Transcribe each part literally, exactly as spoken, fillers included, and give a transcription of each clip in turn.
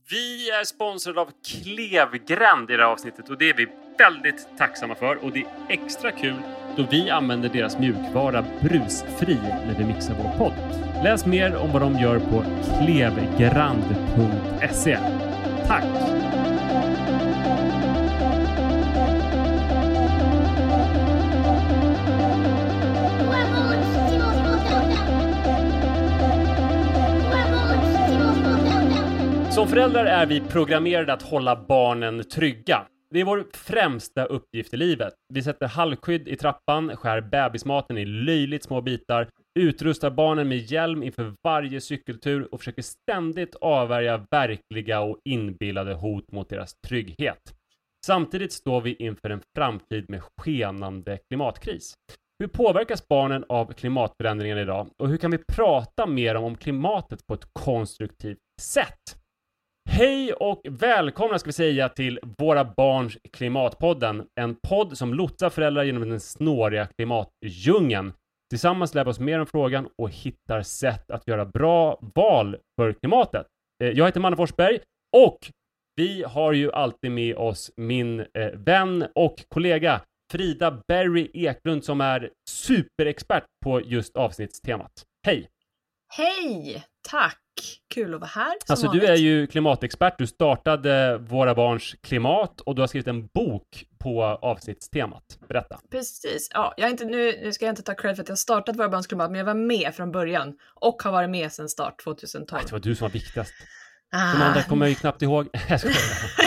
Vi är sponsrade av Klevgränd i det här avsnittet och det är vi väldigt tacksamma för. Och det är extra kul då vi använder deras mjukvara Brusfri när vi mixar vår podd. Läs mer om vad de gör på klevgrand punkt se. Tack! Som föräldrar är vi programmerade att hålla barnen trygga. Det är vår främsta uppgift i livet. Vi sätter halvskydd i trappan, skär bebismaten i löjligt små bitar, utrustar barnen med hjälm inför varje cykeltur och försöker ständigt avvärja verkliga och inbillade hot mot deras trygghet. Samtidigt står vi inför en framtid med skenande klimatkris. Hur påverkas barnen av klimatförändringen idag? Och hur kan vi prata mer om klimatet på ett konstruktivt sätt? Hej och välkomna ska vi säga till Våra Barns Klimatpodden. En podd som lotsar föräldrar genom den snåriga klimatdjungeln. Tillsammans lär vi oss mer om frågan och hittar sätt att göra bra val för klimatet. Jag heter Manne Forsberg och vi har ju alltid med oss min eh, vän och kollega Frida Berry Eklund som är superexpert på just avsnittstemat. Hej! Hej! Tack! Kul att vara här. Alltså vanligt. Du är ju klimatexpert. Du startade Våra Barns Klimat och du har skrivit en bok på avsnittstemat. Berätta. Precis. Ja, jag är inte, nu, nu ska jag inte ta cred för att jag startat Våra Barns Klimat, men jag var med från början och har varit med sedan start tjugohundratolv. Det var du som var viktigast. Ah. De andra kommer jag ju knappt ihåg. Jag skojar.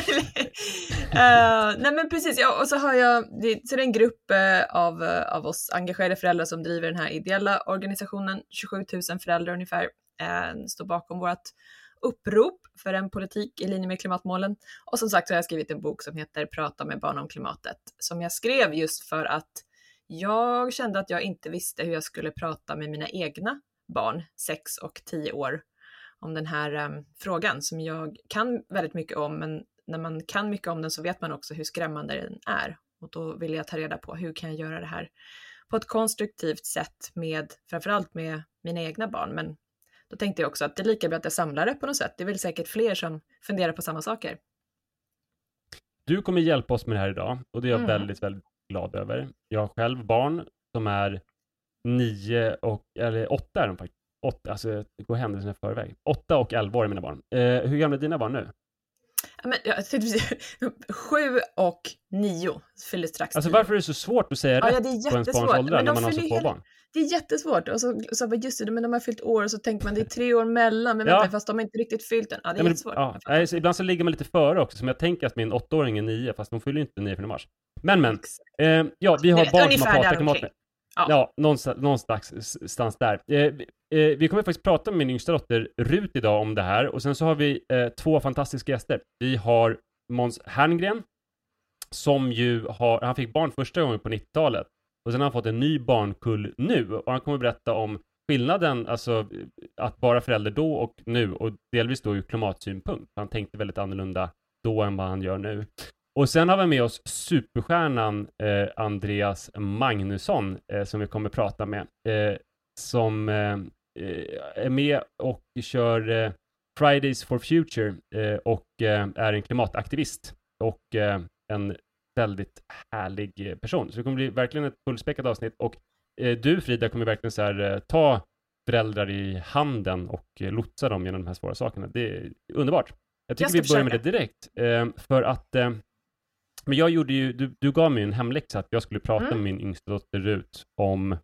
uh, nej men precis, ja, och så har jag det, så det är en grupp uh, av, uh, av oss engagerade föräldrar som driver den här ideella organisationen. tjugosju tusen föräldrar ungefär uh, står bakom vårt upprop för en politik i linje med klimatmålen. Och som sagt så har jag skrivit en bok som heter Prata med barn om klimatet, som jag skrev just för att jag kände att jag inte visste hur jag skulle prata med mina egna barn, sex och tio år, om den här um, frågan som jag kan väldigt mycket om, men när man kan mycket om den så vet man också hur skrämmande den är. Och då vill jag ta reda på hur kan jag göra det här på ett konstruktivt sätt med, framförallt med mina egna barn. Men då tänkte jag också att det är lika bra att jag samlar det på något sätt. Det är väl säkert fler som funderar på samma saker. Du kommer hjälpa oss med det här idag och det är jag Mm. väldigt, väldigt glad över. Jag har själv barn som är nio och, eller åtta är de faktiskt. Åtta, alltså det går händelserna i förväg. Åtta och elva år är mina barn. Eh, hur gamla är dina barn nu? Ja, men jag tänkte, sju och nio fyller strax. Alltså tio. varför är det så svårt att säga Ja, rätt ja, det är på ens barns jättesvårt. åldrar Men när de man har så fyller få hela- barn? Det är jättesvårt. Och så, så bara, just det, men de har fyllt år och så tänker man det är tre år mellan. Men Ja. vänta, fast de har inte riktigt fyllt den. Ja, det är Ja, men, jättesvårt. ja, nej, så ibland så ligger man lite före också. Som jag tänker att min åttaåring är nio, fast de fyller inte nio för mars. Men, men. Eh, ja, vi har Ni vet, barn som ungefär har pratat där klimat omkring. med. Ja. Ja, någonstans, någonstans där. Eh, eh, vi kommer faktiskt prata med min yngsta dotter Rut idag om det här. Och sen så har vi eh, två fantastiska gäster. Vi har Måns Herngren, som ju har, han fick barn första gången på nittiotalet. Och sen har han fått en ny barnkull nu. Och han kommer berätta om skillnaden, alltså att vara förälder då och nu. Och delvis då ur klimatsynpunkt. Han tänkte väldigt annorlunda då än vad han gör nu. Och sen har vi med oss superstjärnan eh, Andreas Magnusson eh, som vi kommer prata med. Eh, som eh, är med och kör eh, Fridays for Future eh, och eh, är en klimataktivist. Och eh, en väldigt härlig person. Så det kommer bli verkligen ett fullspäckat avsnitt. Och eh, du Frida kommer verkligen så här, eh, ta föräldrar i handen och eh, lotsa dem genom de här svåra sakerna. Det är underbart. Jag tycker Jag vi ska börjar med det direkt. Eh, för att eh, men jag gjorde ju, du, du gav mig en hemläxa att jag skulle prata Mm. med min yngsta dotter Rut om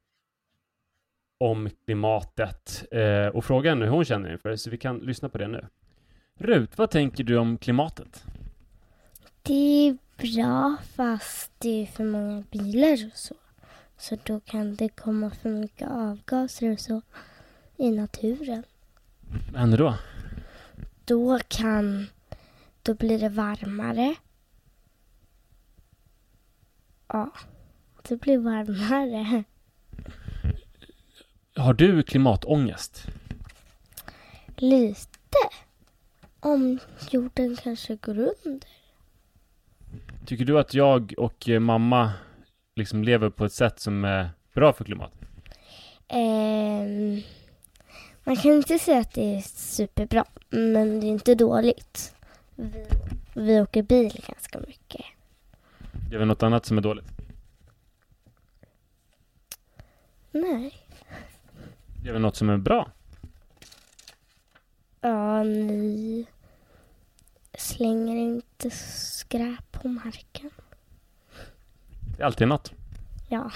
om klimatet eh, och fråga henne hur hon känner inför det, så vi kan lyssna på det nu. Rut, vad tänker du om klimatet? Det är bra fast det är för många bilar och så. Så då kan det komma för mycket avgaser och så i naturen. Vad händer då? Då kan, då blir det varmare. Ja, det blir varmare. Har du klimatångest? Lite. Om jorden kanske går under. Tycker du att jag och eh, mamma liksom lever på ett sätt som är bra för klimatet? Ehm, man kan inte säga att det är superbra, men det är inte dåligt. vi, vi åker bil ganska mycket. Gör vi något annat som är dåligt? Nej. Gör vi något som är bra? Ja, ni slänger inte skräp på marken. Det är alltid något. Ja.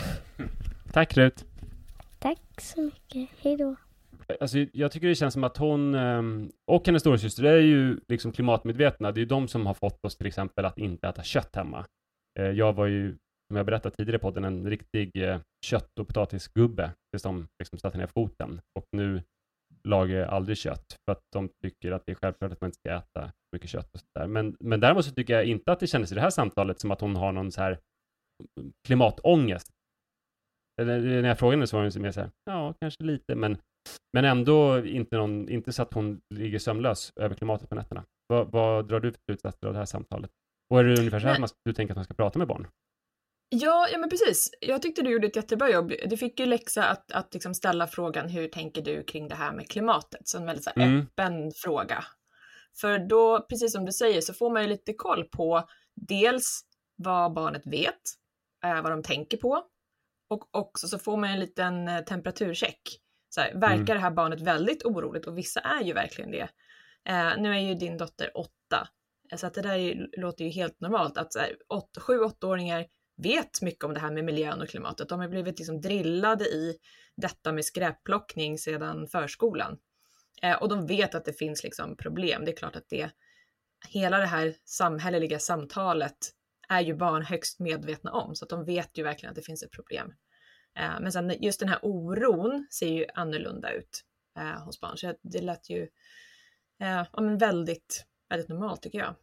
Tack Rut. Tack så mycket. Hej då. Alltså, jag tycker det känns som att hon ehm, och hennes storasyster är ju liksom klimatmedvetna. Det är ju de som har fått oss till exempel att inte äta kött hemma. Eh, jag var ju, som jag berättade tidigare på podden, en riktig eh, kött- och potatisgubbe. Det som liksom satte ner foten. Och nu lagar jag aldrig kött för att de tycker att det är självklart att man inte ska äta mycket kött och sådär. Men, men däremot så tycker jag inte att det kändes i det här samtalet som att hon har någon så här klimatångest. Eller, när jag frågade henne så var hon så mer så här, ja, kanske lite, men, men ändå inte, någon, inte så att hon ligger sömnlös över klimatet på nätterna. Vad, vad drar du för slutsatser av det här samtalet? Och är det ungefär så här att man, du tänker att man ska prata med barn? Ja, ja men precis. Jag tyckte du gjorde ett jättebra jobb. Du fick ju läxa att, att liksom ställa frågan, hur tänker du kring det här med klimatet? Så en väldigt så här Mm. öppen fråga. För då, precis som du säger, så får man ju lite koll på dels vad barnet vet, eh, vad de tänker på. Och också så får man en liten eh, temperaturcheck. Så här, verkar Mm. det här barnet väldigt oroligt? Och vissa är ju verkligen det. Eh, nu är ju din dotter åtta. Så att det där är, låter ju helt normalt. Att så här, åt, sju, åttaåringar vet mycket om det här med miljön och klimatet. De har blivit liksom drillade i detta med skräpplockning sedan förskolan. Eh, och de vet att det finns liksom problem. Det är klart att det, hela det här samhälleliga samtalet är ju barn högst medvetna om. Så att de vet ju verkligen att det finns ett problem. Eh, men sen just den här oron ser ju annorlunda ut eh, hos barn. Så det lät ju eh, ja, men väldigt, väldigt normalt tycker jag.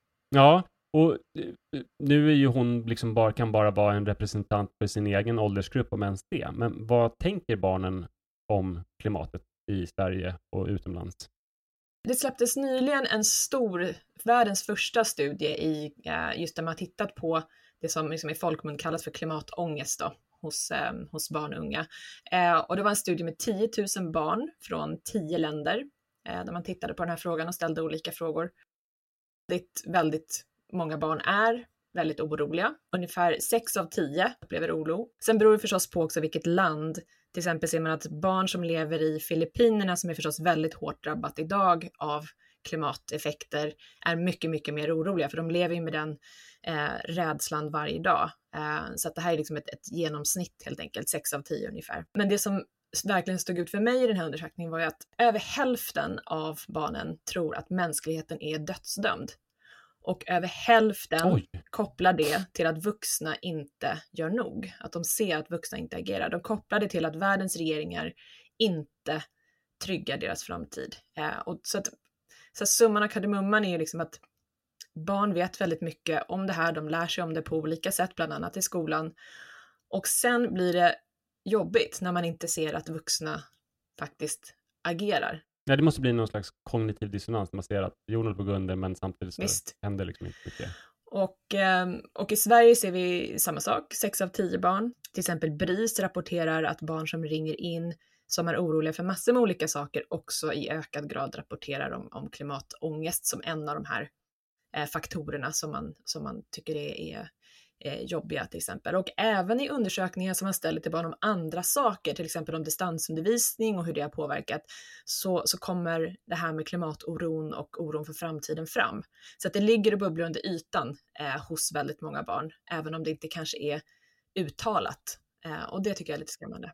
Ja, och eh, nu är ju hon liksom bara, kan bara vara en representant för sin egen åldersgrupp om ens det. Men vad tänker barnen om klimatet i Sverige och utomlands? Det släpptes nyligen en stor, världens första studie i eh, just där man har tittat på det som liksom i folkmun kallas för klimatångest då, hos, eh, hos barn och unga. Eh, och det var en studie med tio tusen barn från tio länder eh, där man tittade på den här frågan och ställde olika frågor. Väldigt, väldigt många barn är väldigt oroliga. Ungefär sex av tio upplever oro. Sen beror det förstås på också vilket land. Till exempel ser man att barn som lever i Filippinerna, som är förstås väldigt hårt drabbat idag av klimateffekter, är mycket, mycket mer oroliga. För de lever ju med den eh, rädslan varje dag. Eh, så att det här är liksom ett, ett genomsnitt helt enkelt, sex av tio ungefär. Men det som verkligen stod ut för mig i den här undersökningen var ju att över hälften av barnen tror att mänskligheten är dödsdömd. Och över hälften Oj. kopplar det till att vuxna inte gör nog. Att de ser att vuxna inte agerar. De kopplar det till att världens regeringar inte tryggar deras framtid. Eh, och så att, så att summan av kardemumman är ju liksom att barn vet väldigt mycket om det här. De lär sig om det på olika sätt, bland annat i skolan. Och sen blir det jobbigt när man inte ser att vuxna faktiskt agerar. Ja, det måste bli någon slags kognitiv dissonans när man ser att jorden går under men samtidigt så Visst. händer liksom inte mycket. Och, eh, och i Sverige ser vi samma sak, sex av tio barn. Till exempel BRIS rapporterar att barn som ringer in som är oroliga för massor med olika saker också i ökad grad rapporterar om, om klimatångest som en av de här eh, faktorerna som man, som man tycker är, är eh, jobbiga till exempel. Och även i undersökningar som man ställer till barn om andra saker, till exempel om distansundervisning och hur det har påverkat, så, så kommer det här med klimatoron och oron för framtiden fram. Så att det ligger och bubblar under ytan eh, hos väldigt många barn, även om det inte kanske är uttalat. Eh, och det tycker jag är lite skrämmande.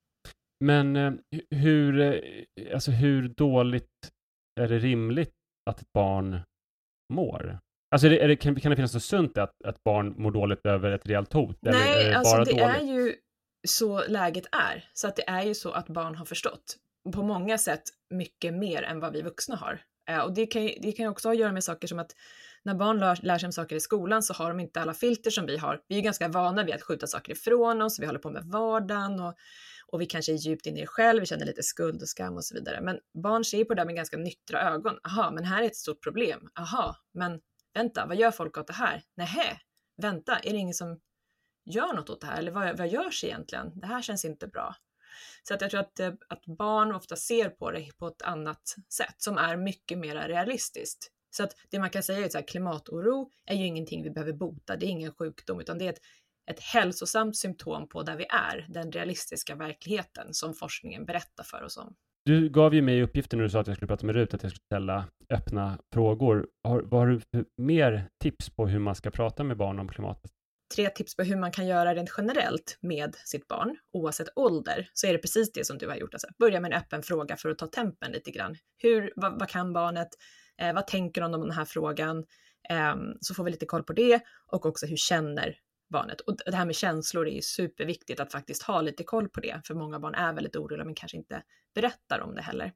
Men eh, hur, eh, alltså hur dåligt är det rimligt att ett barn mår? Alltså är det, är det, kan, kan det finnas så sunt att, att barn mår dåligt över ett reellt hot? Nej, eller är det alltså bara det dåligt? är ju så läget är. Så att det är ju så att barn har förstått på många sätt mycket mer än vad vi vuxna har. Eh, och det kan ju det kan ju också ha att göra med saker som att när barn lär, lär sig om saker i skolan så har de inte alla filter som vi har. Vi är ganska vana vid att skjuta saker ifrån oss, vi håller på med vardagen och, och vi kanske är djupt inne i det själv, vi känner lite skuld och skam och så vidare. Men barn ser på det med ganska nyktra ögon. Aha, men här är ett stort problem. Aha, men vänta, vad gör folk åt det här? Nähä, vänta, är det ingen som gör något åt det här? Eller vad, vad görs egentligen? Det här känns inte bra. Så att jag tror att, att barn ofta ser på det på ett annat sätt som är mycket mer realistiskt. Så att det man kan säga är att så här, klimatoro är ju ingenting vi behöver bota, det är ingen sjukdom, utan det är ett, ett hälsosamt symptom på där vi är, den realistiska verkligheten som forskningen berättar för oss om. Du gav ju mig uppgiften när du sa att jag skulle prata med Rut, att jag skulle ställa öppna frågor. Har, vad har du för mer tips på hur man ska prata med barn om klimatet? Tre tips på hur man kan göra rent generellt med sitt barn, oavsett ålder, så är det precis det som du har gjort. Alltså, börja med en öppen fråga för att ta tempen lite grann. Hur, vad, vad kan barnet? Eh, vad tänker de om den här frågan? Eh, så får vi lite koll på det, och också hur känner barnet. Och det här med känslor är ju superviktigt att faktiskt ha lite koll på det, för många barn är väldigt oroliga men kanske inte berättar om det heller.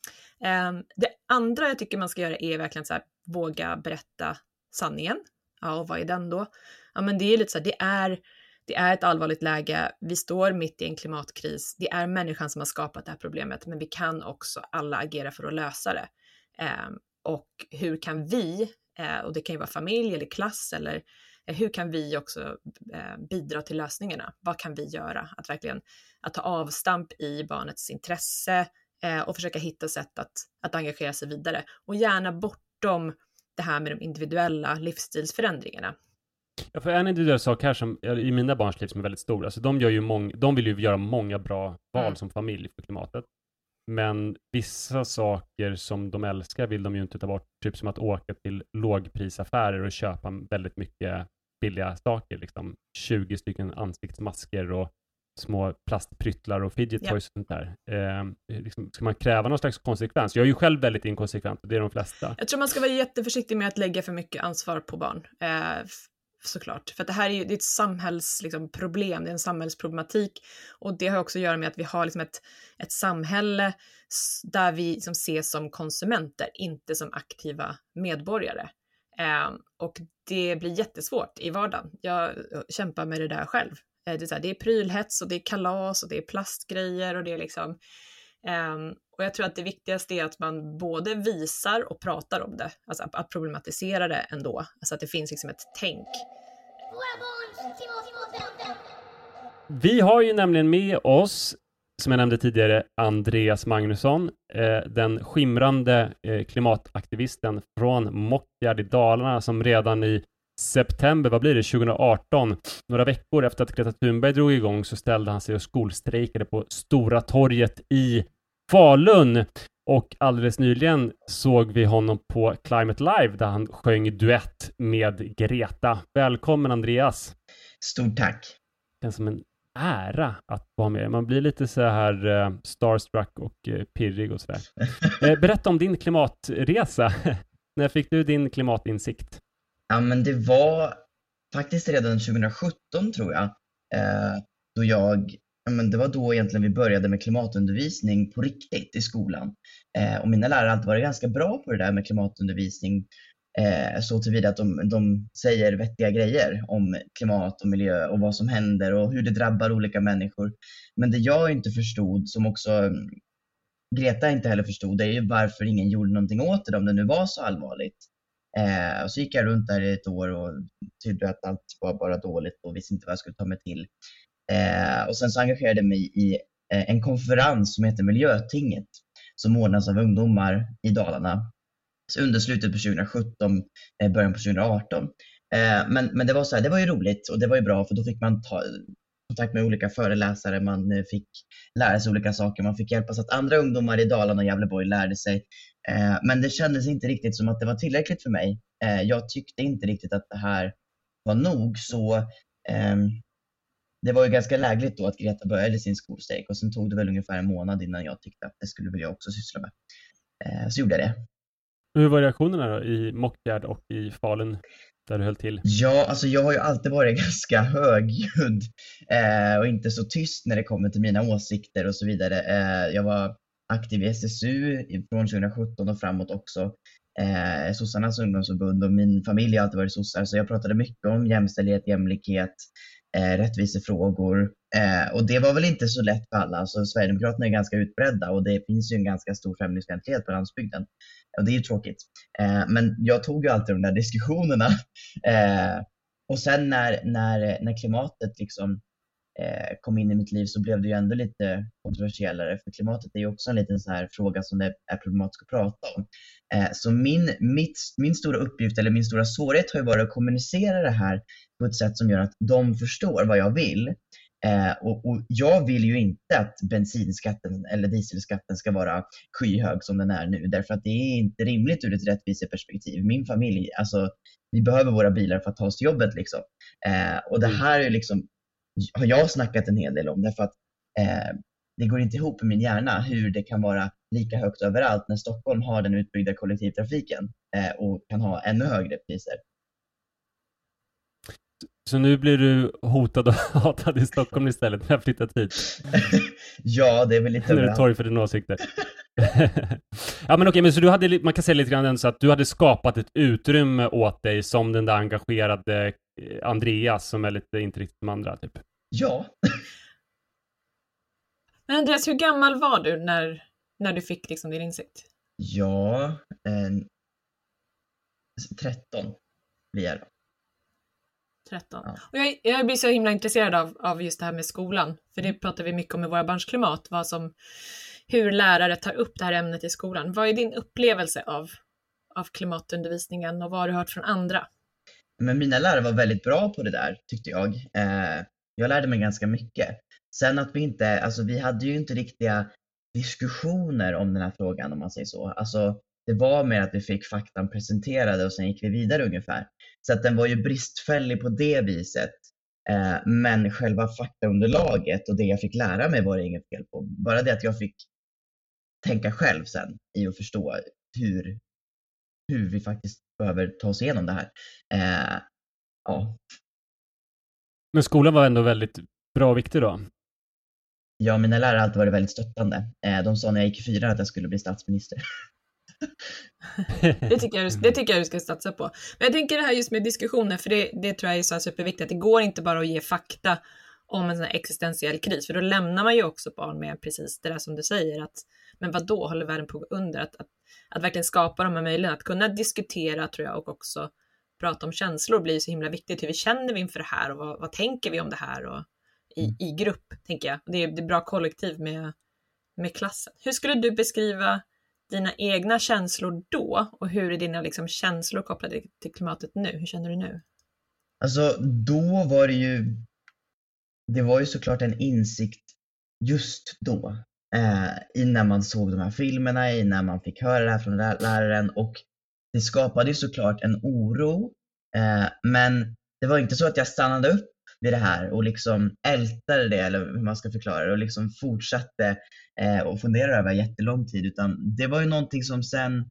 Eh, det andra jag tycker man ska göra är verkligen så här, våga berätta sanningen. Ja, och vad är den då? Ja, men det är lite så här, det är, det är ett allvarligt läge. Vi står mitt i en klimatkris. Det är människan som har skapat det här problemet, men vi kan också alla agera för att lösa det. Eh, och hur kan vi, eh, och det kan ju vara familj eller klass, eller eh, hur kan vi också eh, bidra till lösningarna? Vad kan vi göra? Att verkligen att ta avstamp i barnets intresse eh, och försöka hitta sätt att, att engagera sig vidare. Och gärna bortom det här med de individuella livsstilsförändringarna. Ja, för en individuell sak här som i mina barns liv som är väldigt stor, alltså de, gör ju mång, de vill ju göra många bra val mm. som familj för klimatet. Men vissa saker som de älskar vill de ju inte ta bort. Typ som att åka till lågprisaffärer och köpa väldigt mycket billiga saker. Liksom tjugo stycken ansiktsmasker och små plastpryttlar och fidget toys och sånt där. Eh, liksom, ska man kräva någon slags konsekvens? Jag är ju själv väldigt inkonsekvent, och det är de flesta. Jag tror man ska vara jätteförsiktig med att lägga för mycket ansvar på barn. Eh, såklart. För att det här är ju det är ett samhällsproblem, liksom, det är en samhällsproblematik. Och det har också att göra med att vi har liksom ett, ett samhälle där vi liksom ses som konsumenter, inte som aktiva medborgare. Eh, och det blir jättesvårt i vardagen. Jag kämpar med det där själv. Det är, så här, det är prylhets och det är kalas och det är plastgrejer och det är liksom um, och jag tror att det viktigaste är att man både visar och pratar om det, alltså att, att problematisera det ändå, alltså att det finns liksom ett tänk. Vi har ju nämligen med oss, som jag nämnde tidigare, Andreas Magnusson, eh, den skimrande eh, klimataktivisten från Mockfjärd i Dalarna, som redan i september, vad blir det, tjugo arton, några veckor efter att Greta Thunberg drog igång, så ställde han sig och skolstrejkade på Stora torget i Falun. Och alldeles nyligen såg vi honom på Climate Live där han sjöng duett med Greta. Välkommen Andreas. Stort tack. Det känns som en ära att vara med. Man blir lite så här uh, starstruck och uh, pirrig och sådär. uh, berätta om din klimatresa. När fick du din klimatinsikt? Ja, men det var faktiskt redan tjugo sjutton tror jag, eh, då jag, ja, men det var då egentligen vi började med klimatundervisning på riktigt i skolan. Eh, och mina lärare har alltid varit ganska bra på det där med klimatundervisning, eh, så tillvida att de, de säger vettiga grejer om klimat och miljö och vad som händer och hur det drabbar olika människor. Men det jag inte förstod, som också Greta inte heller förstod, det är ju varför ingen gjorde någonting åt det om det nu var så allvarligt. Eh, och så gick jag runt där i ett år och tydde att allt var bara dåligt och visste inte vad jag skulle ta mig till. Eh, och sen så engagerade jag mig i eh, en konferens som heter Miljötinget, som ordnas av ungdomar i Dalarna. Så under slutet på tjugo sjutton, eh, början på tjugo arton. Eh, men, men det var så här, det var ju roligt och det var ju bra, för då fick man ta kontakt med olika föreläsare, man eh, fick lära sig olika saker, man fick hjälpa så att andra ungdomar i Dalarna och Gävleborg lärde sig. Eh, men det kändes inte riktigt som att det var tillräckligt för mig. Eh, jag tyckte inte riktigt att det här var nog, så eh, det var ju ganska lägligt då att Greta började sin skolstrejk, och sen tog det väl ungefär en månad innan jag tyckte att det skulle vilja också syssla med. Eh, så gjorde jag det. Hur var reaktionerna då i Mockfjärd och i Falun där du höll till? Ja, alltså jag har ju alltid varit ganska högljudd eh, och inte så tyst när det kommer till mina åsikter och så vidare. Eh, jag var aktiv i S S U från tjugo sjutton och framåt också. Eh, Sossarnas ungdomsförbund, och min familj har alltid varit sossar, så jag pratade mycket om jämställdhet, jämlikhet, eh, rättvisefrågor. Eh, och det var väl inte så lätt för alla. Alltså, Sverigedemokraterna är ganska utbredda och det finns ju en ganska stor främlingsfientlighet på landsbygden. Och det är ju tråkigt. Eh, men jag tog ju alltid de där diskussionerna. Eh, och sen när, när, när klimatet liksom eh, kom in i mitt liv så blev det ju ändå lite kontroversiellare, för klimatet är ju också en liten så här fråga som det är problematiskt att prata om. Eh, så min, mitt, min stora uppgift eller min stora svårighet har ju varit att kommunicera det här på ett sätt som gör att de förstår vad jag vill. Eh, och, och jag vill ju inte att bensinskatten eller dieselskatten ska vara skyhög som den är nu, därför att det är inte rimligt ur ett rättviseperspektiv. Min familj, alltså vi behöver våra bilar för att ta oss till jobbet liksom. Eh, och det här är liksom, har jag snackat en hel del om, därför att eh, det går inte ihop med min hjärna hur det kan vara lika högt överallt när Stockholm har den utbyggda kollektivtrafiken eh, och kan ha ännu högre priser. Så nu blir du hotad och hatad i Stockholm istället när jag flyttat hit? Ja, det är väl lite när du torg för dina åsikter. Ja, men okej, men så du hade, man kan säga lite grann så att du hade skapat ett utrymme åt dig som den där engagerade Andreas som är lite inte riktigt som andra, typ. Ja. Men Andreas, hur gammal var du när, när du fick liksom din insikt? Ja, eh, tretton blir jag då. tretton. Ja. Och jag, jag blir så himla intresserad av, av just det här med skolan. För det pratar vi mycket om i våra barns klimat. Vad som, hur lärare tar upp det här ämnet i skolan. Vad är din upplevelse av, av klimatundervisningen och vad har du hört från andra? Men mina lärare var väldigt bra på det där, tyckte jag. Eh, jag lärde mig ganska mycket. Sen att vi inte, alltså vi hade ju inte riktiga diskussioner om den här frågan, om man säger så. Alltså det var mer att vi fick faktan presenterade och sen gick vi vidare ungefär. Så att den var ju bristfällig på det viset. Eh, men själva faktaunderlaget och det jag fick lära mig var det inget fel på. Bara det att jag fick tänka själv sen i att förstå hur, hur vi faktiskt behöver ta oss igenom det här. Eh, ja. Men skolan var ändå väldigt bra och viktig då? Ja, mina lärare har alltid varit väldigt stöttande. Eh, de sa när jag gick i fyra att jag skulle bli statsminister. det, tycker jag, det tycker jag du ska satsa på. Men jag tänker det här just med diskussioner, för det, det tror jag är så superviktigt. Att det går inte bara att ge fakta om en sån här existentiell kris, för då lämnar man ju också barn med precis det där som du säger, att men vad då håller världen på att gå under? Att, att, att verkligen skapa de här möjligheterna, att kunna diskutera tror jag, och också prata om känslor blir ju så himla viktigt. Hur vi känner vi inför det här och vad, vad tänker vi om det här och i, i grupp, tänker jag. Det är, det är bra kollektiv med, med klassen. Hur skulle du beskriva dina egna känslor då och hur är dina liksom känslor kopplade till klimatet nu? Hur känner du nu? Alltså då var det ju, det var ju såklart en insikt just då. Eh, innan man såg de här filmerna, innan man fick höra det här från läraren, och det skapade ju såklart en oro. Eh, men det var inte så att jag stannade upp vid det här och liksom ältade det, eller hur man ska förklara det, och liksom fortsatte eh, och fundera över jättelång tid, utan det var ju någonting som sen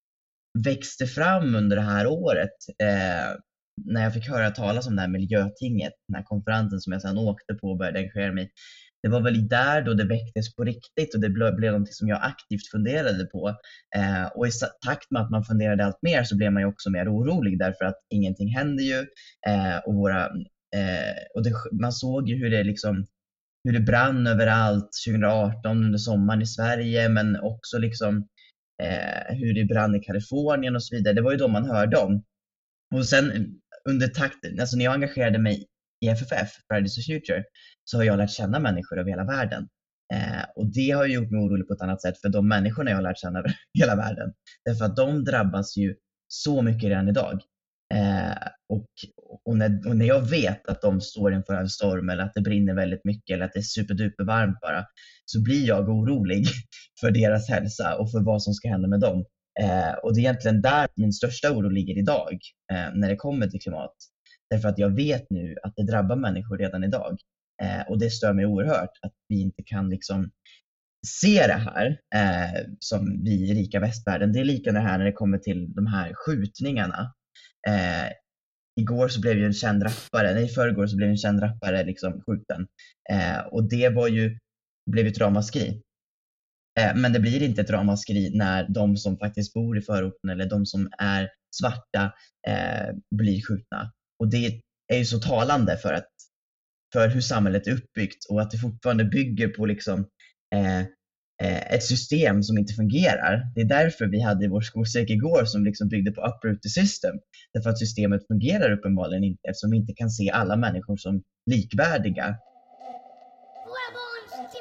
växte fram under det här året eh, när jag fick höra talas om det här miljötinget, den här konferensen som jag sedan åkte på och började engagera mig. Det var väl där då det väcktes på riktigt och det blev, blev någonting som jag aktivt funderade på. Eh, och i takt med att man funderade allt mer så blev man ju också mer orolig, därför att ingenting hände ju. Eh, och våra, eh, och det, man såg ju hur det, liksom, hur det brann överallt tjugo arton under sommaren i Sverige, men också liksom, eh, hur det brann i Kalifornien och så vidare. Det var ju då man hörde om. Och sen under takten, alltså när jag engagerade mig i F F F, Fridays for Future, så har jag lärt känna människor över hela världen. Eh, och det har ju gjort mig orolig på ett annat sätt för de människorna jag har lärt känna över hela världen. Därför att de drabbas ju så mycket redan idag. Eh, och, och, när, och när jag vet att de står inför en storm eller att det brinner väldigt mycket eller att det är superduper varmt bara, så blir jag orolig för deras hälsa och för vad som ska hända med dem. Eh, och det är egentligen där min största oro ligger idag eh, när det kommer till klimat. Därför att jag vet nu att det drabbar människor redan idag. Eh, och det stör mig oerhört att vi inte kan liksom se det här eh, som vi i rika västvärlden. Det är likadant här när det kommer till de här skjutningarna. Eh, igår så blev ju en känd rappare, nej förrgår så blev en känd rappare liksom skjuten. Eh, och det var ju, blev ett ramaskri. Eh, men det blir inte ett ramaskri när de som faktiskt bor i förorten eller de som är svarta eh, blir skjutna. Och det är ju så talande för, att, för hur samhället är uppbyggt och att det fortfarande bygger på liksom, eh, eh, ett system som inte fungerar. Det är därför vi hade vår skolstrejk igår som liksom byggde på uproot the system. Därför att systemet fungerar uppenbarligen inte eftersom vi inte kan se alla människor som likvärdiga.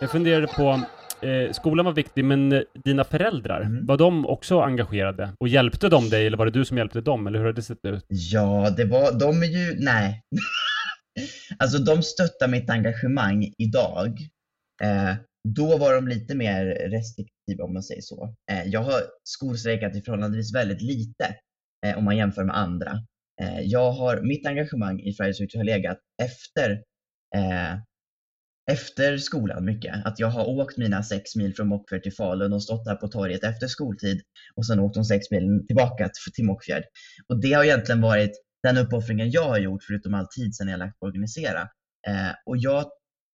Jag funderade på, eh, skolan var viktig, men dina föräldrar, mm. var de också engagerade? Och hjälpte de dig, eller var det du som hjälpte dem? Eller hur har det sett ut? Ja, det var, de är ju, nej. Alltså de stöttar mitt engagemang idag. Eh, då var de lite mer restriktiva, om man säger så. Eh, jag har skolstrejkat i förhållandevis väldigt lite, eh, om man jämför med andra. Eh, jag har, mitt engagemang i Fridays for Future har legat efter eh, efter skolan mycket. Att jag har åkt mina sex mil från Mockfjärd till Falun och stått där på torget efter skoltid och sen åkt de sex milen tillbaka till Mockfjärd. Och det har egentligen varit den uppoffringen jag har gjort, förutom all tid sen jag lagt på att organisera. Eh, och jag,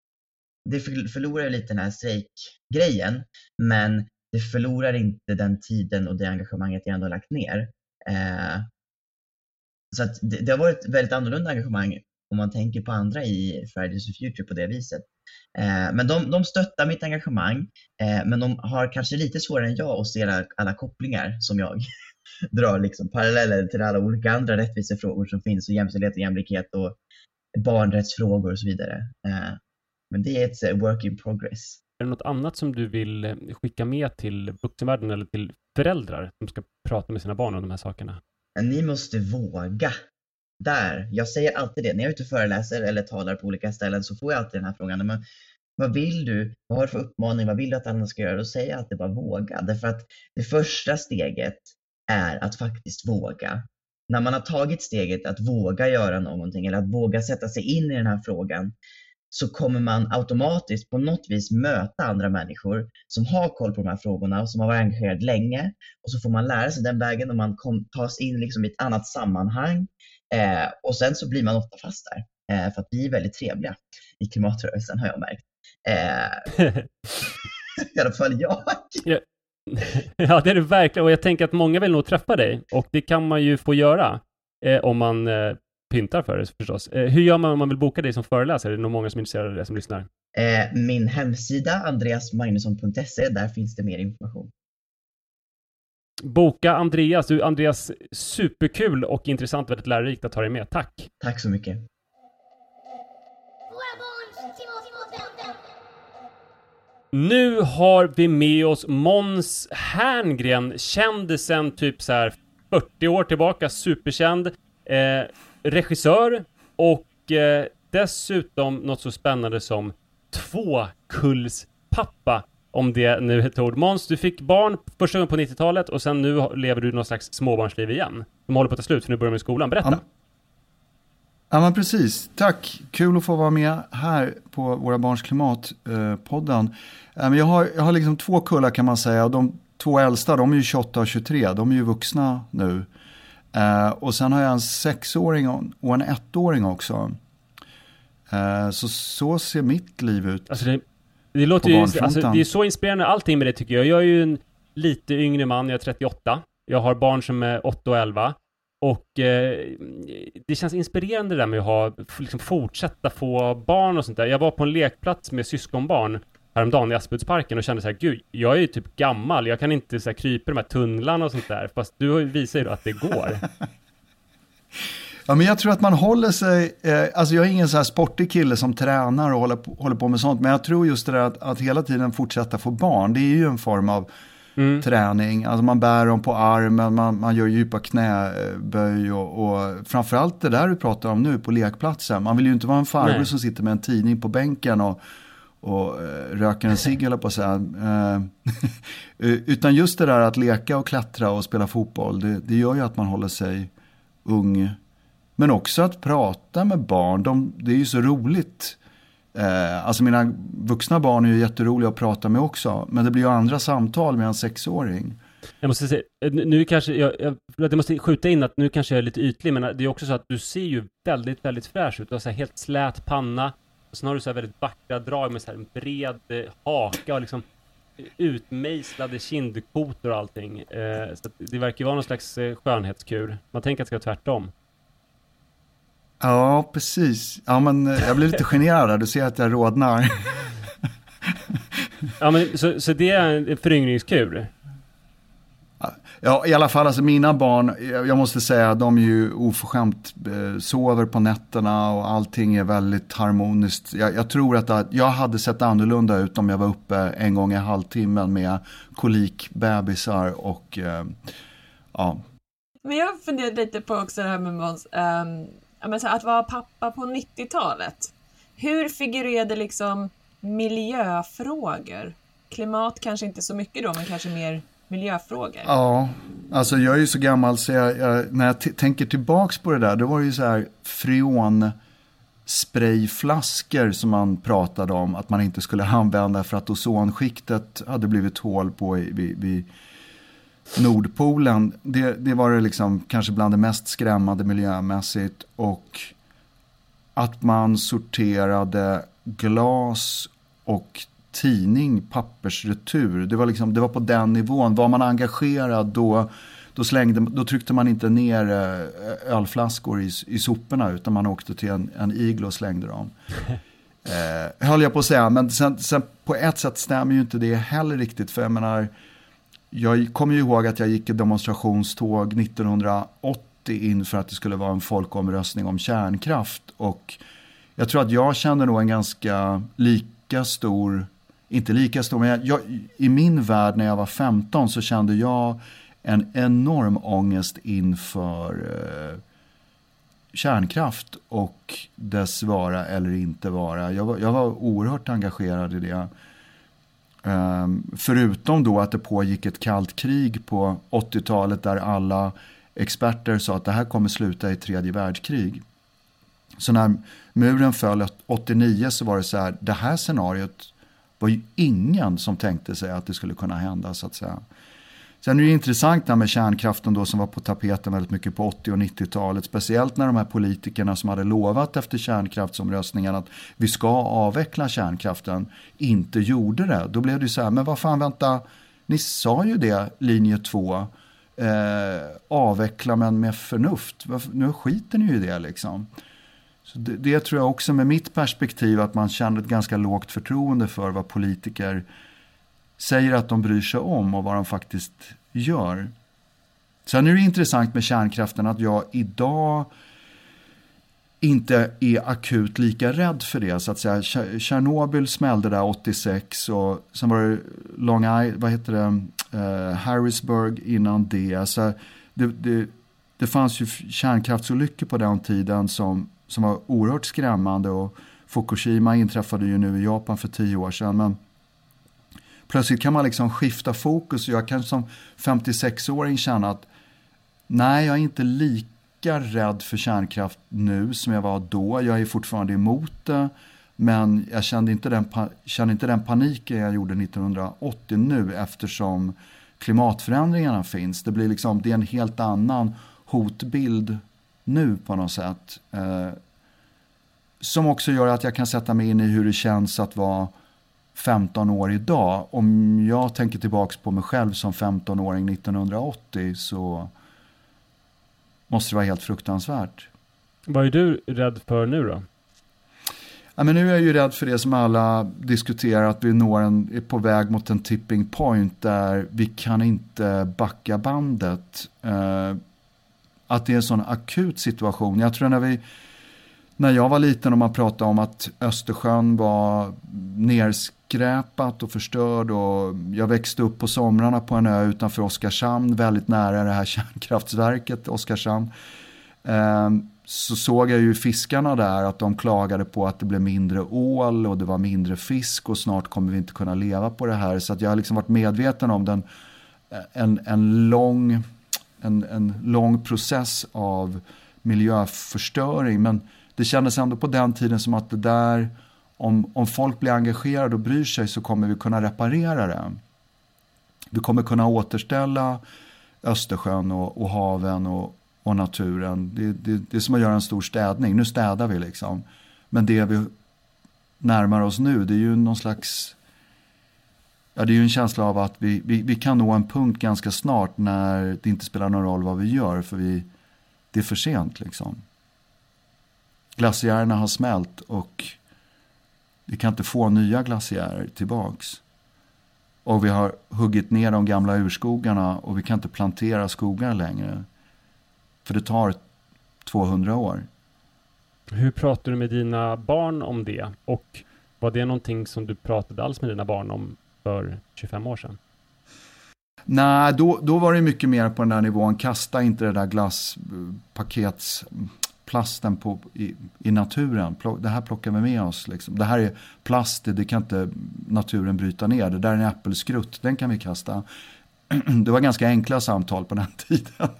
det förlorar lite den här strejkgrejen, men det förlorar inte den tiden och det engagemanget jag ändå har lagt ner. Eh, så att det, det har varit ett väldigt annorlunda engagemang om man tänker på andra i Fridays for Future på det viset. Eh, men de, de stöttar mitt engagemang, eh, men de har kanske lite svårare än jag att se alla, alla kopplingar som jag drar, liksom paralleller till alla olika andra rättvisefrågor som finns, och jämställdhet och jämlikhet och barnrättsfrågor och så vidare. Eh, men det är ett work in progress. Är det något annat som du vill skicka med till vuxenvärlden eller till föräldrar som ska prata med sina barn om de här sakerna? Ni måste våga. Där, jag säger alltid det. När jag är ute och föreläser eller talar på olika ställen så får jag alltid den här frågan. Men vad vill du? Vad har du för uppmaning? Vad vill du att andra ska göra? Då säger jag alltid bara våga. Därför att det första steget är att faktiskt våga. När man har tagit steget att våga göra någonting eller att våga sätta sig in i den här frågan, så kommer man automatiskt på något vis möta andra människor som har koll på de här frågorna och som har varit engagerad länge. Och så får man lära sig den vägen och man kom, tas in liksom i ett annat sammanhang. Eh, och sen så blir man ofta fast där. Eh, för att vi är väldigt trevliga i klimatrörelsen, har jag märkt. Eh, I alla fall jag. Ja. Ja, det är det verkligen. Och jag tänker att många vill nog träffa dig. Och det kan man ju få göra eh, om man eh, pyntar för det förstås. Eh, hur gör man om man vill boka dig som föreläsare? Är det nog många som är intresserade av det som lyssnar? Eh, min hemsida andreas magnusson punkt se, där finns det mer information. Boka Andreas. Du, Andreas, superkul och intressant, väldigt lärorikt att ha dig med. Tack. Tack så mycket. Nu har vi med oss Måns Herngren, känd sedan typ så här fyrtio år tillbaka, superkänd, eh, regissör och eh, dessutom något så spännande som tvåkullspappa, om det nu är ett ord. Måns, du fick barn första gången på nittiotalet och sen nu lever du någon slags småbarnsliv igen. De håller på att ta slut för nu börjar de i skolan. Berätta. Ja, ja men precis. Tack. Kul att få vara med här på Våra Barns Klimat-podden. Eh, jag har, jag har liksom två kullar kan man säga. Och de två äldsta, de är ju tjugoåtta och tjugotre. De är ju vuxna nu. Eh, och sen har jag en sexåring och en ettåring också. Eh, så så ser mitt liv ut. Alltså det, det låter ju, alltså det är så inspirerande allting med det tycker jag. Jag är ju en lite yngre man, jag är trettioåtta. Jag har barn som är åtta och elva. Och eh, det känns inspirerande där med att ha, liksom fortsätta få barn och sånt där. Jag var på en lekplats med syskonbarn häromdagen i Aspudsparken och kände så här, gud, jag är ju typ gammal. Jag kan inte så här krypa de här tunnlarna och sånt där. Fast du visar ju att det går. Ja, men jag tror att man håller sig, eh, alltså jag är ingen så här sportig kille som tränar och håller på, håller på med sånt. Men jag tror just det där att, att hela tiden fortsätta få barn, det är ju en form av Mm. träning, alltså man bär dem på armen, man, man gör djupa knäböj och, och framförallt det där du pratar om nu på lekplatsen. Man vill ju inte vara en farbror Nej. som sitter med en tidning på bänken och, och uh, röker en cigg eller på att säga. Uh, utan just det där att leka och klättra och spela fotboll, det, det gör ju att man håller sig ung. Men också att prata med barn, de, det är ju så roligt. Eh, alltså mina vuxna barn är ju jätteroliga att prata med också. Men det blir ju andra samtal med en sexåring. Jag måste säga, nu kanske jag, jag, jag måste skjuta in att nu kanske jag är lite ytlig, men det är också så att du ser ju väldigt, väldigt fräsch ut. Du har så här helt slät panna. Och sen har du så här väldigt vackra drag med så här en bred eh, haka och liksom utmejslade kindkotor och allting. Eh, så att det verkar ju vara någon slags eh, skönhetskur. Man tänker att det ska vara tvärtom. Ja, precis. Ja, men jag blir lite generad. Du ser att jag rodnar. Ja, men så, så det är en föryngringskur? Ja, i alla fall alltså mina barn, jag måste säga, de är ju oförskämt eh, sover på nätterna och allting är väldigt harmoniskt. Jag, jag tror att, att jag hade sett annorlunda ut om jag var uppe en gång i halvtimmen med kolikbebisar och eh, ja. Men jag funderar lite på också det här med Måns, um, att vara pappa på nittiotalet. Hur figurerade liksom miljöfrågor? Klimat kanske inte så mycket då, men kanske mer miljöfrågor. Ja, alltså jag är ju så gammal så jag, jag, när jag t- tänker tillbaks på det där, då var det ju så här freon sprayflaskor som man pratade om att man inte skulle använda för att ozonskiktet hade blivit hål på i, vid, vid Nordpolen. Det, det var det liksom kanske bland det mest skrämmande miljömässigt, och att man sorterade glas och tidning, pappersretur. Det var liksom, det var på den nivån. Var man engagerad då, då slängde, då tryckte man inte ner ölflaskor i, i soporna, utan man åkte till en, en iglo och slängde dem. eh, höll jag på att säga, men sen, sen på ett sätt stämmer ju inte det heller riktigt, för jag menar, jag kommer ju ihåg att jag gick i demonstrationståg nittonhundraåttio inför att det skulle vara en folkomröstning om kärnkraft, och jag tror att jag kände nog en ganska lika stor, inte lika stor, men jag, jag, i min värld när jag var femton så kände jag en enorm ångest inför eh, kärnkraft och dess vara eller inte vara. Jag var, jag var oerhört engagerad i det. Um, förutom då att det pågick ett kallt krig på åttiotalet där alla experter sa att det här kommer sluta i tredje världskrig. Så när muren föll åttionio så var det så här, det här scenariot var ju ingen som tänkte sig att det skulle kunna hända, så att säga. Sen är det intressant där med kärnkraften då, som var på tapeten väldigt mycket på åttio- och nittiotalet. Speciellt när de här politikerna som hade lovat efter kärnkraftsomröstningen att vi ska avveckla kärnkraften inte gjorde det. Då blev det så här, men vad fan, vänta, ni sa ju det, linje två, eh, avveckla men med förnuft. Nu skiter ni ju i det liksom. Så det, det tror jag också med mitt perspektiv, att man känner ett ganska lågt förtroende för vad politiker säger att de bryr sig om och vad de faktiskt gör. Sen är det intressant med kärnkraften att jag idag inte är akut lika rädd för det, så att säga. Tjernobyl smällde där åttiosex, och sen var det Long Island, vad heter det, uh, Harrisburg innan det. Så det, det. Det fanns ju kärnkraftsolyckor på den tiden som, som var oerhört skrämmande, och Fukushima inträffade ju nu i Japan för tio år sedan, men plötsligt kan man liksom skifta fokus, och jag kan som femtiosex-åring känna att nej, jag är inte lika rädd för kärnkraft nu som jag var då. Jag är fortfarande emot det, men jag kände inte den, kände inte den paniken jag gjorde nittonhundraåttio nu, eftersom klimatförändringarna finns. Det blir liksom, det är en helt annan hotbild nu på något sätt. Eh, som också gör att jag kan sätta mig in i hur det känns att vara femton år idag. Om jag tänker tillbaka på mig själv som femton-åring nittonhundraåttio, så måste det vara helt fruktansvärt. Vad är du rädd för nu då? Ja, men nu är jag ju rädd för det som alla diskuterar, att vi når en, är på väg mot en tipping point där vi kan inte backa bandet. Eh, att det är en sån akut situation. Jag tror när vi När jag var liten och man pratade om att Östersjön var nerskräpat och förstörd, och jag växte upp på somrarna på en ö utanför Oskarshamn, väldigt nära det här kärnkraftverket Oskarshamn, så såg jag ju fiskarna där, att de klagade på att det blev mindre ål och det var mindre fisk och snart kommer vi inte kunna leva på det här. Så att jag har liksom varit medveten om den, en, en, lång, en, en lång process av miljöförstöring, men det kändes ändå på den tiden som att det där, om, om folk blir engagerade och bryr sig, så kommer vi kunna reparera det. Vi kommer kunna återställa Östersjön och, och haven och, och naturen. Det, det, det är som att göra en stor städning. Nu städar vi liksom. Men det vi närmar oss nu, det är ju någon slags... Ja, det är ju en känsla av att vi, vi, vi kan nå en punkt ganska snart när det inte spelar någon roll vad vi gör, för vi, det är för sent liksom. Glaciärerna har smält och vi kan inte få nya glaciärer tillbaks. Och vi har huggit ner de gamla urskogarna och vi kan inte plantera skogar längre. För det tar tvåhundra år. Hur pratar du med dina barn om det? Och var det någonting som du pratade alls med dina barn om för tjugofem år sedan? Nej, då, då var det mycket mer på den där nivån. Kasta inte det där glasspaketsplasten på, i, i naturen. Det här plockar vi med oss. Liksom. Det här är plast, det kan inte naturen bryta ner. Det där är en äppelskrutt, den kan vi kasta. Det var ganska enkla samtal på den tiden.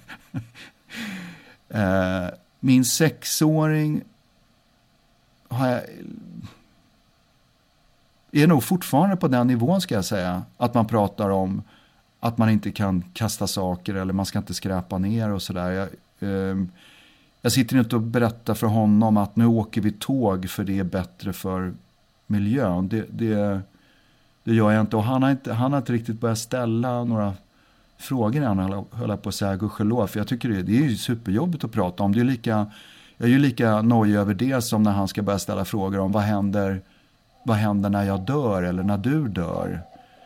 Min sexåring har jag, är nog fortfarande på den nivån, ska jag säga. Att man pratar om att man inte kan kasta saker eller man ska inte skräpa ner och sådär. Jag, eh, jag sitter inte och berättar för honom att nu åker vi tåg för det är bättre för miljön. Det, det, det gör jag inte. Och han har inte, han har inte riktigt börjat ställa några frågor än, höll jag på att säga, gudskelov. För jag tycker det, det är ju superjobbigt att prata om. Det är lika, jag är ju lika nöjd över det som när han ska börja ställa frågor om vad händer, vad händer när jag dör eller när du dör.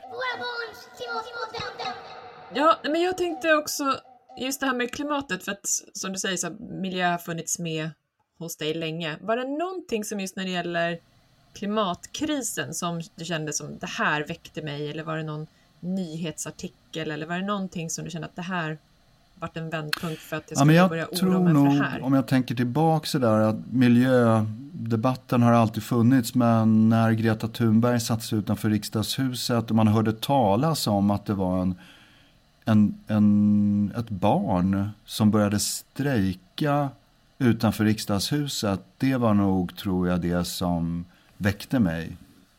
Ja, men jag tänkte också just det här med klimatet, för att som du säger så miljö har funnits med hos dig länge. Var det någonting som just när det gäller klimatkrisen som du kände som det här väckte mig, eller var det någon nyhetsartikel eller var det någonting som du kände att det här varit en vändpunkt för att jag skulle ja, börja oroa mig för det nog, här? Om jag tänker tillbaka så där, att miljödebatten har alltid funnits, men när Greta Thunberg satt utanför riksdagshuset och man hörde talas om att det var en, en, en, ett barn som började strejka utanför riksdagshuset, det var nog, tror jag, det som väckte mig.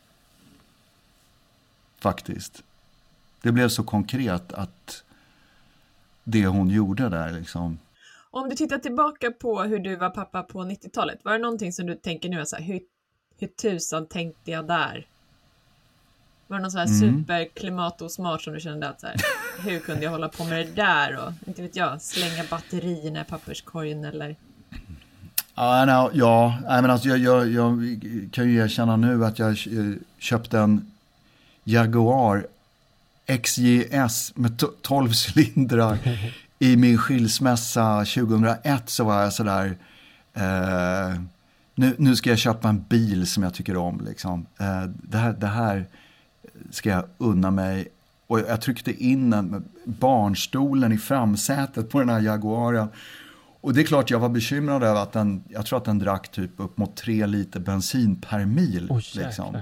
Faktiskt. Det blev så konkret att det hon gjorde där liksom. Om du tittar tillbaka på hur du var pappa på nittiotalet, var det någonting som du tänker nu så här, hur, hur tusan tänkte jag där? Var det någon sån här mm. superklimatosmart som du kände att så här, hur kunde jag hålla på med det där och inte vet jag, slänga batterierna i papperskorgen eller? Ja, no, ja, men alltså jag, jag, jag kan ju erkänna nu att jag köpte en Jaguar X J S med tolv cylindrar i min skilsmässa tjugohundraett. Så var jag sådär eh, nu, nu ska jag köpa en bil som jag tycker om liksom. eh, det, här, det här ska jag unna mig. Och jag tryckte in en barnstolen i framsätet på den här Jaguaren. Och det är klart jag var bekymrad över att den, jag tror att den drack typ upp mot tre liter bensin per mil. Oh, liksom.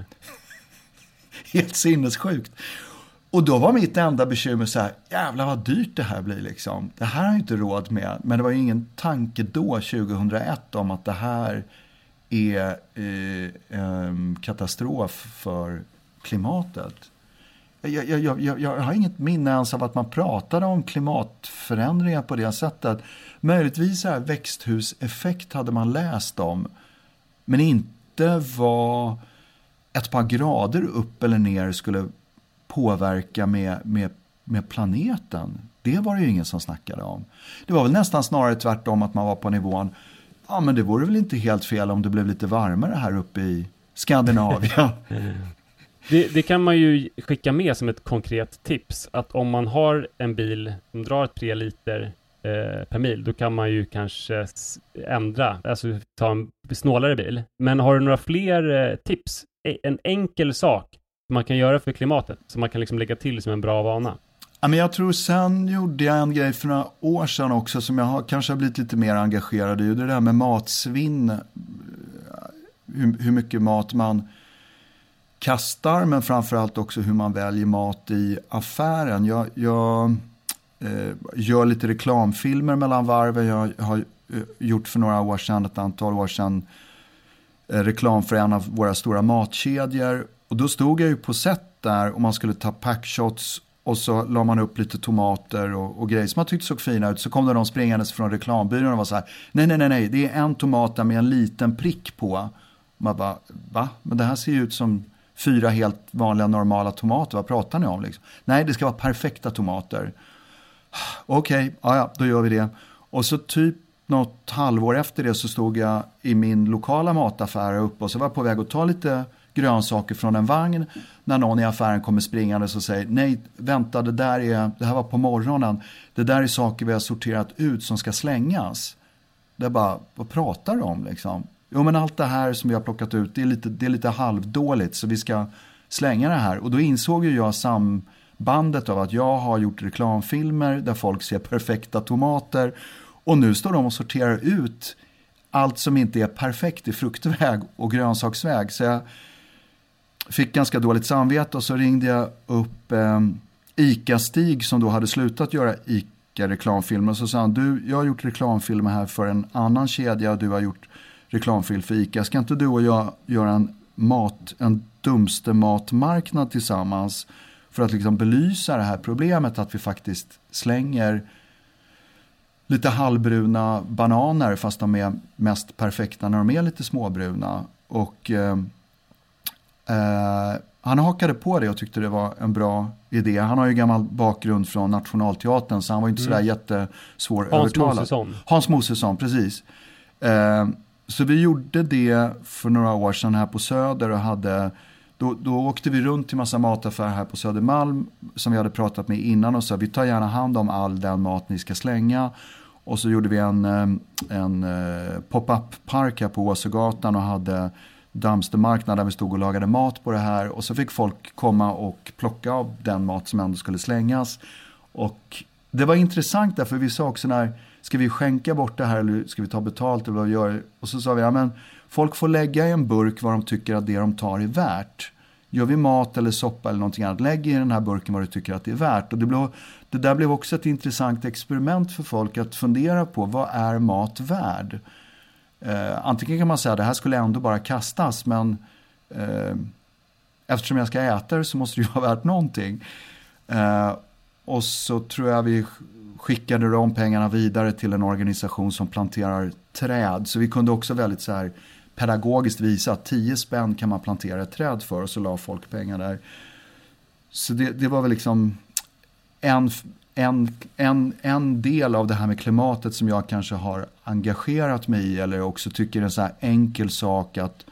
Helt sinnessjukt. Och då var mitt enda bekymmer så här, jävlar vad dyrt det här blir liksom. Det här har jag inte råd med. Men det var ju ingen tanke då tjugohundraett om att det här är eh, en katastrof för klimatet. Jag, jag, jag, jag, jag har inget minne ens av att man pratade om klimatförändringar på det sättet. Möjligtvis här växthuseffekt hade man läst om. Men inte vad ett par grader upp eller ner skulle påverka med, med, med planeten. Det var det ju ingen som snackade om. Det var väl nästan snarare tvärtom att man var på nivån, ja men det vore väl inte helt fel om det blev lite varmare här uppe i Skandinavien. Det, det kan man ju skicka med som ett konkret tips, att om man har en bil som drar tre liter eh, per mil, då kan man ju kanske ändra, alltså ta en snålare bil. Men har du några fler eh, tips? En enkel sak som man kan göra för klimatet, som man kan liksom lägga till som en bra vana? Ja, men jag tror sen gjorde jag en grej för några år sedan också som jag har, kanske har blivit lite mer engagerad i. Det är det här med matsvinn. Hur, hur mycket mat man kastar, men framförallt också hur man väljer mat i affären. Jag, jag eh, gör lite reklamfilmer mellan varven. Jag har eh, gjort för några år sedan, ett antal år sedan, eh, reklam för en av våra stora matkedjor. Och då stod jag ju på set där och man skulle ta packshots och så la man upp lite tomater och, och grejer som man tyckte såg fina ut. Så kom det de springandes från reklambyrån och var så här, nej, nej, nej, nej, det är en tomat med en liten prick på. Och man bara, va? Men det här ser ju ut som fyra helt vanliga normala tomater. Vad pratar ni om liksom? Nej, det ska vara perfekta tomater. Okej, okay, ja, då gör vi det. Och så typ något halvår efter det så stod jag i min lokala mataffär uppe och så var jag på väg att ta lite grönsaker från en vagn när någon i affären kommer springande och säger nej, vänta, det där är, det här var på morgonen, det där är saker vi har sorterat ut som ska slängas. Det är bara, vad pratar du om liksom? Jo, men allt det här som vi har plockat ut, det är lite, det är lite halvdåligt så vi ska slänga det här. Och då insåg ju jag sambandet av att jag har gjort reklamfilmer där folk ser perfekta tomater och nu står de och sorterar ut allt som inte är perfekt i fruktväg och grönsaksväg. Så jag fick ganska dåligt samvete och så ringde jag upp eh, Ica-Stig som då hade slutat göra Ica-reklamfilmer. Och så sa han, du, jag har gjort reklamfilmer här för en annan kedja och du har gjort reklamfilm för Ica. Ska inte du och jag göra en, mat, en dumste matmarknad tillsammans för att liksom belysa det här problemet att vi faktiskt slänger lite halvbruna bananer fast de är mest perfekta när de är lite småbruna. Och eh, eh, han hakade på det och tyckte det var en bra idé. Han har ju gammal bakgrund från Nationalteatern så han var inte mm. sådär jättesvår Hans övertalad. Mosesson. Hans Mosesson, precis. Eh, så vi gjorde det för några år sedan här på Söder och hade... Då, då åkte vi runt till massa mataffärer här på Södermalm som vi hade pratat med innan och sa vi tar gärna hand om all den mat ni ska slänga. Och så gjorde vi en, en pop-up-park här på Åsögatan och hade dammstermarknad där vi stod och lagade mat på det här. Och så fick folk komma och plocka av den mat som ändå skulle slängas. Och det var intressant därför vi sa också när ska vi skänka bort det här eller ska vi ta betalt eller vad vi gör? Och så sa vi, ja men folk får lägga i en burk vad de tycker att det de tar är värt. Gör vi mat eller soppa eller någonting annat, lägg i den här burken vad du tycker att det är värt. Och det, blev, det där blev också ett intressant experiment för folk att fundera på, vad är mat värd? Eh, antingen kan man säga att det här skulle ändå bara kastas, men eh, eftersom jag ska äta det så måste det ju vara värt någonting. Eh, och så tror jag vi skickade de pengarna vidare till en organisation som planterar träd. Så vi kunde också väldigt så här pedagogiskt visa att tio spänn kan man plantera ett träd för och så la folk pengar där. Så det, det var väl liksom en, en, en, en del av det här med klimatet som jag kanske har engagerat mig i eller också tycker är en så här enkel sak att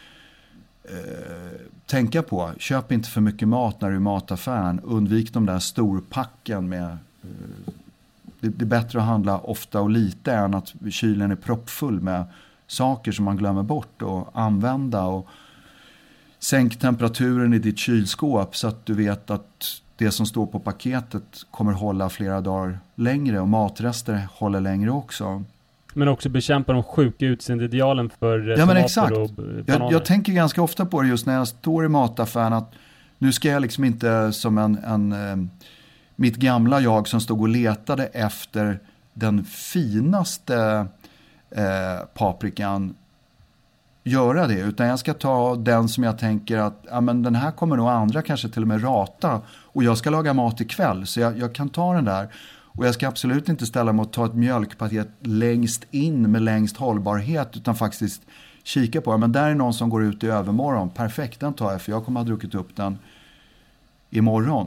eh, tänka på. Köp inte för mycket mat när du är i mataffären. Undvik de där storpacken med eh, det, det är bättre att handla ofta och lite än att kylen är proppfull med saker som man glömmer bort och använda och sänk temperaturen i ditt kylskåp så att du vet att det som står på paketet kommer hålla flera dagar längre och matrester håller längre också. Men också bekämpa de sjuka utseendeidealen för ja, tomater men exakt. och bananer. Jag, jag tänker ganska ofta på det just när jag står i mataffären att nu ska jag liksom inte som en, en eh, mitt gamla jag som stod och letade efter den finaste Eh, paprikan göra det, utan jag ska ta den som jag tänker att ja, men den här kommer nog andra kanske till och med rata och jag ska laga mat ikväll så jag, jag kan ta den där och jag ska absolut inte ställa mig och ta ett mjölkpaket längst in med längst hållbarhet utan faktiskt kika på, men där är någon som går ut i övermorgon, perfekt, den tar jag för jag kommer ha druckit upp den imorgon.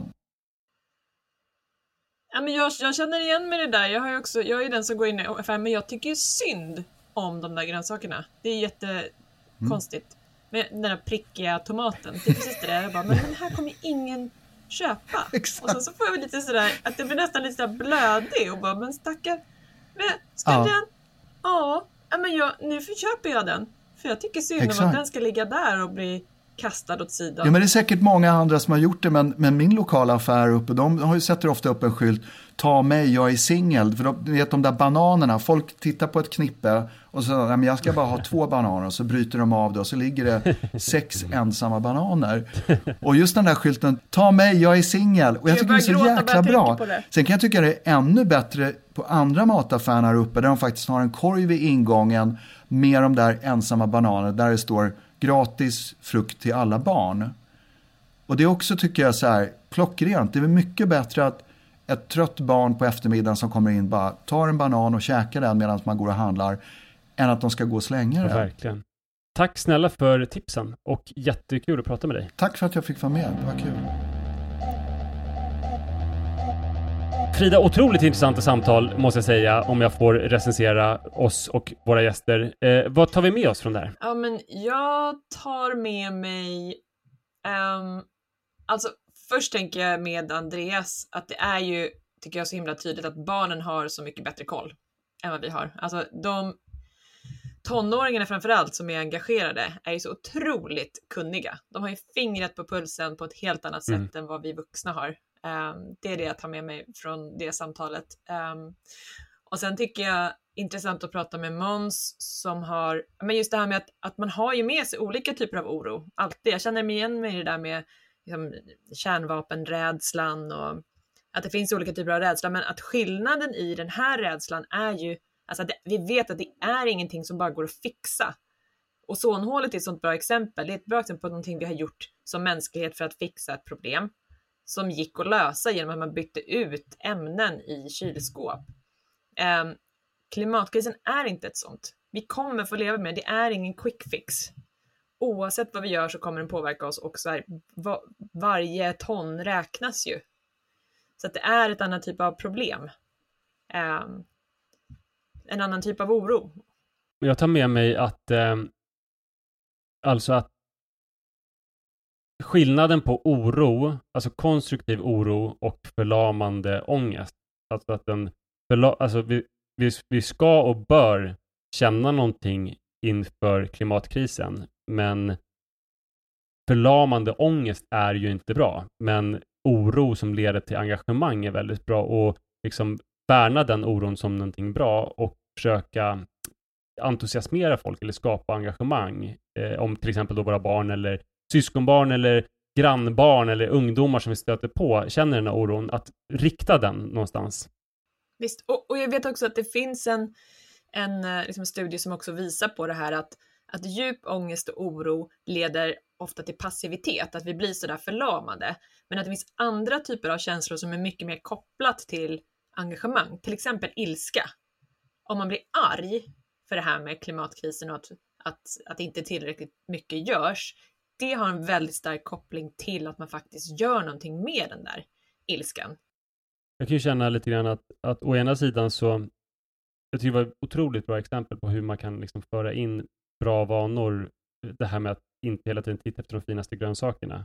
Ja, men jag, jag känner igen mig det där. Jag, har ju också, jag är den som går in i affären, men jag tycker ju synd om de där grönsakerna. Det är jättekonstigt. Mm. Men den där prickiga tomaten, det är precis det där. Jag bara, men den här kommer ingen köpa. Exakt. Och så, så får jag lite sådär, att det blir nästan lite sådär blödig och bara, men stackar. Men ska ja. den? Ja, men jag, nu köper jag den. För jag tycker synd Exakt. om att den ska ligga där och bli kastad åt sidan. Ja, men det är säkert många andra som har gjort det, men, men min lokala affär uppe, de har ju sätter ofta upp en skylt, ta mig, jag är singel, för de, du vet de där bananerna, folk tittar på ett knippe och så, nej, men jag ska bara ha två bananer och så bryter de av det och så ligger det sex ensamma bananer. Och just den där skylten, ta mig, jag är singel, och jag, jag tycker det är så jäkla bra. Sen kan jag tycka det är ännu bättre på andra mataffärer här uppe, där de faktiskt har en korg vid ingången med de där ensamma bananerna, där det står gratis frukt till alla barn. Och det också tycker jag så här klockrent. Det är mycket bättre att ett trött barn på eftermiddagen som kommer in bara tar en banan och käkar den medan man går och handlar än att de ska gå och slänga det. Ja, verkligen. Tack snälla för tipsen och jättekul att prata med dig. Tack för att jag fick vara med. Det var kul. Frida, otroligt intressanta samtal måste jag säga, om jag får recensera oss och våra gäster. Eh, vad tar vi med oss från det här? Ja, men jag tar med mig... Um, alltså, först tänker jag med Andreas att det är ju, tycker jag, så himla tydligt att barnen har så mycket bättre koll än vad vi har. Alltså, de tonåringarna framförallt som är engagerade är ju så otroligt kunniga. De har ju fingret på pulsen på ett helt annat sätt mm. än vad vi vuxna har. Um, det är det jag tar med mig från det samtalet. Um, och sen tycker jag intressant att prata med Måns som har, men just det här med att, att man har ju med sig olika typer av oro. Alltid. Jag känner mig igen med det där med liksom, kärnvapenrädslan och att det finns olika typer av rädsla, men att skillnaden i den här rädslan är ju, alltså det, vi vet att det är ingenting som bara går att fixa. Ozonhålet är ett sånt bra exempel. Det är ett bra exempel på någonting vi har gjort som mänsklighet för att fixa ett problem som gick att lösa genom att man bytte ut ämnen i kylskåp. Um, klimatkrisen är inte ett sånt. Vi kommer få leva med det. Det är ingen quick fix. Oavsett vad vi gör så kommer den påverka oss och så här, var, varje ton räknas ju. Så att det är ett annat typ av problem. Um, en annan typ av oro. Jag tar med mig att eh, alltså att skillnaden på oro, alltså konstruktiv oro och förlamande ångest. Alltså att den förla- alltså vi, vi, vi ska och bör känna någonting inför klimatkrisen, men förlamande ångest är ju inte bra, men oro som leder till engagemang är väldigt bra, och liksom värna den oron som någonting bra och försöka entusiasmera folk eller skapa engagemang eh, om till exempel då våra barn eller syskonbarn eller grannbarn eller ungdomar som vi stöter på känner den här oron, att rikta den någonstans. Visst, och, och jag vet också att det finns en, en liksom studie som också visar på det här att, att djup ångest och oro leder ofta till passivitet, att vi blir sådär förlamade, men att det finns andra typer av känslor som är mycket mer kopplat till engagemang, till exempel ilska. Om man blir arg för det här med klimatkrisen och att, att, att inte tillräckligt mycket görs, det har en väldigt stark koppling till att man faktiskt gör någonting med den där ilskan. Jag kan ju känna lite grann att, att å ena sidan så, jag tycker det var ett otroligt bra exempel på hur man kan liksom föra in bra vanor, det här med att inte hela tiden titta efter de finaste grönsakerna.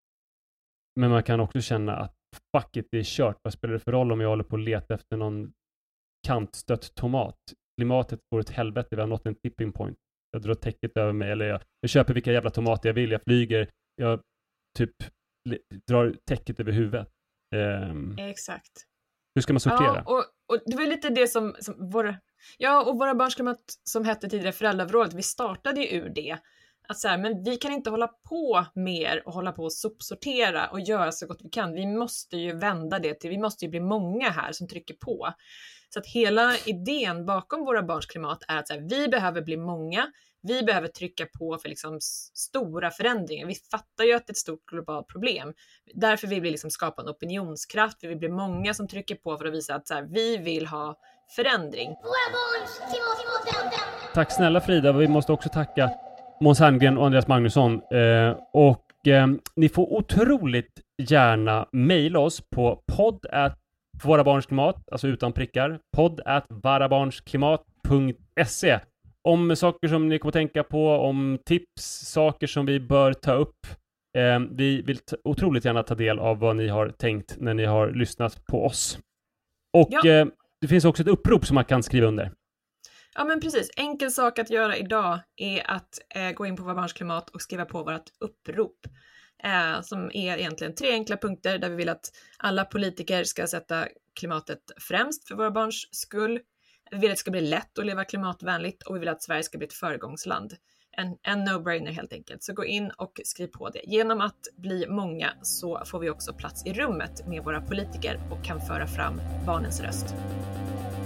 Men man kan också känna att fuck it, det är kört. Vad spelar det för roll om jag håller på att leta efter någon kantstött tomat? Klimatet går ett helvete, vi har nått en tipping point. Jag drar täcket över mig, eller jag, jag köper vilka jävla tomater jag vill, jag flyger, jag typ drar täcket över huvudet. Um, Exakt. Hur ska man sortera? Ja, och, och det var lite det som, som våra, ja, och våra barns klimat som hette tidigare Föräldrarådet, vi startade ju ur det. Att så här, men vi kan inte hålla på mer och hålla på och sopsortera och göra så gott vi kan. Vi måste ju vända det till, vi måste ju bli många här som trycker på. Så att hela idén bakom våra barns klimat är att så här, vi behöver bli många, vi behöver trycka på för liksom stora förändringar. Vi fattar ju att det är ett stort globalt problem. Därför vill vi liksom skapa en opinionskraft, vi vill bli många som trycker på för att visa att så här, vi vill ha förändring. Våra barns klimat. Tack snälla Frida, vi måste också tacka Måns Herngren och Andreas Magnusson. Eh, och eh, ni får otroligt gärna mejla oss på podd at vårabarnsklimat, alltså utan prickar, podd at varabarnsklimat punkt se, om saker som ni kommer att tänka på, om tips, saker som vi bör ta upp. Eh, vi vill t- otroligt gärna ta del av vad ni har tänkt när ni har lyssnat på oss. Och ja. eh, det finns också ett upprop som man kan skriva under. Ja, men precis. Enkel sak att göra idag är att eh, gå in på Våra barns klimat och skriva på vårt upprop. Eh, som är egentligen tre enkla punkter där vi vill att alla politiker ska sätta klimatet främst för våra barns skull. Vi vill att det ska bli lätt att leva klimatvänligt och vi vill att Sverige ska bli ett föregångsland. En, en no-brainer helt enkelt. Så gå in och skriv på det. Genom att bli många så får vi också plats i rummet med våra politiker och kan föra fram barnens röst.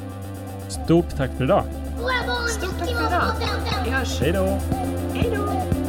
Stort tack för idag. Våra barns Stort tack för idag. Vi hörs. Hej då. Hej då.